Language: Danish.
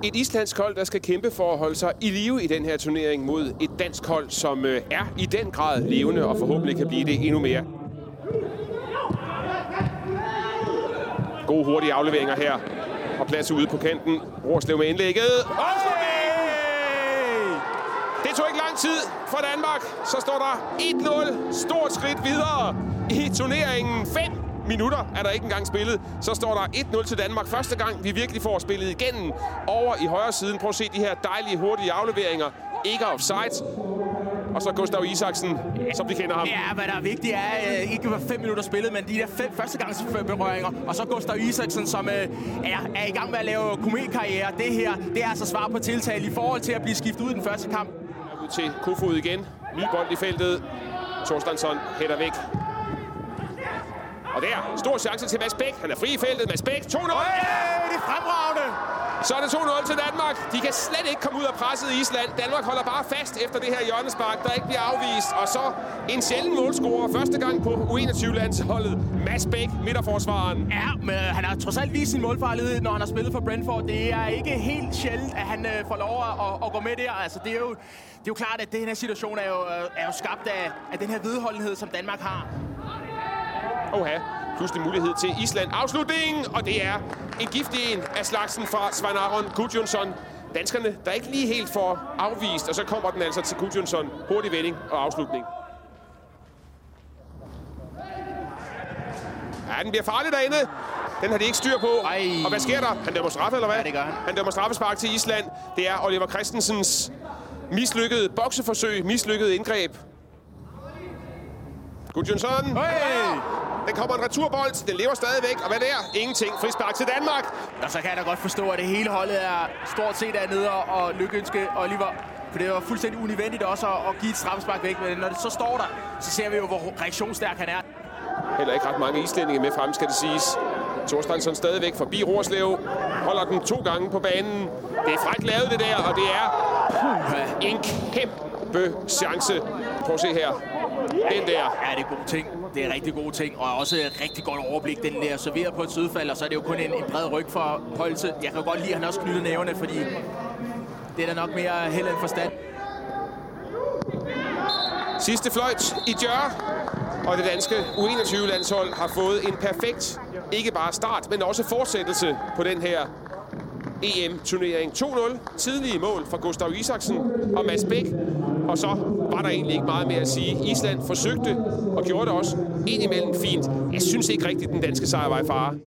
Et islandsk hold, der skal kæmpe for at holde sig i live i den her turnering mod et dansk hold, som er i den grad levende og forhåbentlig kan blive det endnu mere. Gode hurtige afleveringer her. Og plads ude på kanten. Rorslev med indlægget. Det tog ikke lang tid for Danmark. Så står der 1-0. Stort skridt videre i turneringen. 5 minutter er der ikke engang spillet. Så står der 1-0 til Danmark. Første gang, vi virkelig får spillet igennem over i højre siden. Prøv at se de her dejlige, hurtige afleveringer. Ikke offside. Og så Gustav Isaksen, som vi kender ham. Ja, hvad der er vigtigt er ikke 5 minutter spillet, men de der 5 førstegangsberøringer. Og så Gustav Isaksen, som er i gang med at lave kometkarriere. Det her, det er altså svar på tiltale i forhold til at blive skiftet ud i den første kamp. Ud til Kofod igen. Ny bold i feltet. Torstensson hætter væk. Og der, stor chance til Mads Bæk. Han er fri i feltet. Mads Bæk, 2-0. Det er fremragende. Så er det 2-0 til Danmark. De kan slet ikke komme ud af presset i Island. Danmark holder bare fast efter det her hjørnespark, der ikke bliver afvist. Og så en sjælden målscorer. Første gang på U21-landsholdet. Mads Bæk, midterforsvaren. Ja, men han har trods alt vist sin målfarlighed, når han har spillet for Brentford. Det er ikke helt sjældent, at han får lov at gå med der. Altså, det er jo klart, at den her situation er jo skabt af den her vedholdenhed, som Danmark har. Pludselig mulighed til Island. Afslutning, og det er en giftig en af slagsen fra Svein Aron Gudjonsson. Danskerne, der ikke lige helt får afvist, og så kommer den altså til Gudjonsson. Hurtig vending og afslutning. Ja, den bliver farlig derinde. Den har de ikke styr på. Ej. Og hvad sker der? Han dømmer straffe, eller hvad? Ja, det gør han. Han dømmer straffespark til Island. Det er Oliver Christensens mislykkede bokseforsøg, mislykkede indgreb. Gudjonsson. Hey! Den kommer en returbold. Den lever stadigvæk. Og hvad der? Ingenting. Frispark til Danmark. Og så kan jeg da godt forstå, at det hele holdet er stort set dernede og lykønske Oliver. For det var fuldstændig unødvendigt også at give et straffespark væk. Men når det så står der, så ser vi jo, hvor reaktionsstærk han er. Heller ikke ret mange islændinge med frem, skal det siges. Torstensson stadigvæk forbi Rorslev. Holder den 2 gange på banen. Det er frækt lavet det der, og det er en kæmpe chance. Prøv at se her. Den der. Ja, det er gode ting. Det er rigtig gode ting, og også et rigtig godt overblik. Den der serveret på et sødfald, og så er det jo kun en bred ryg for Holte. Jeg kan godt lide, at han også knytter nævne, fordi det er da nok mere held end forstand. Sidste fløjt i Djør, og det danske U21-landshold har fået en perfekt, ikke bare start, men også fortsættelse på den her EM-turnering. 2-0, tidlige mål fra Gustav Isaksen og Mads Bæk. Og så var der egentlig ikke meget mere at sige. Island forsøgte og gjorde det også indimellem fint. Jeg synes ikke rigtigt, den danske sejr var i fare.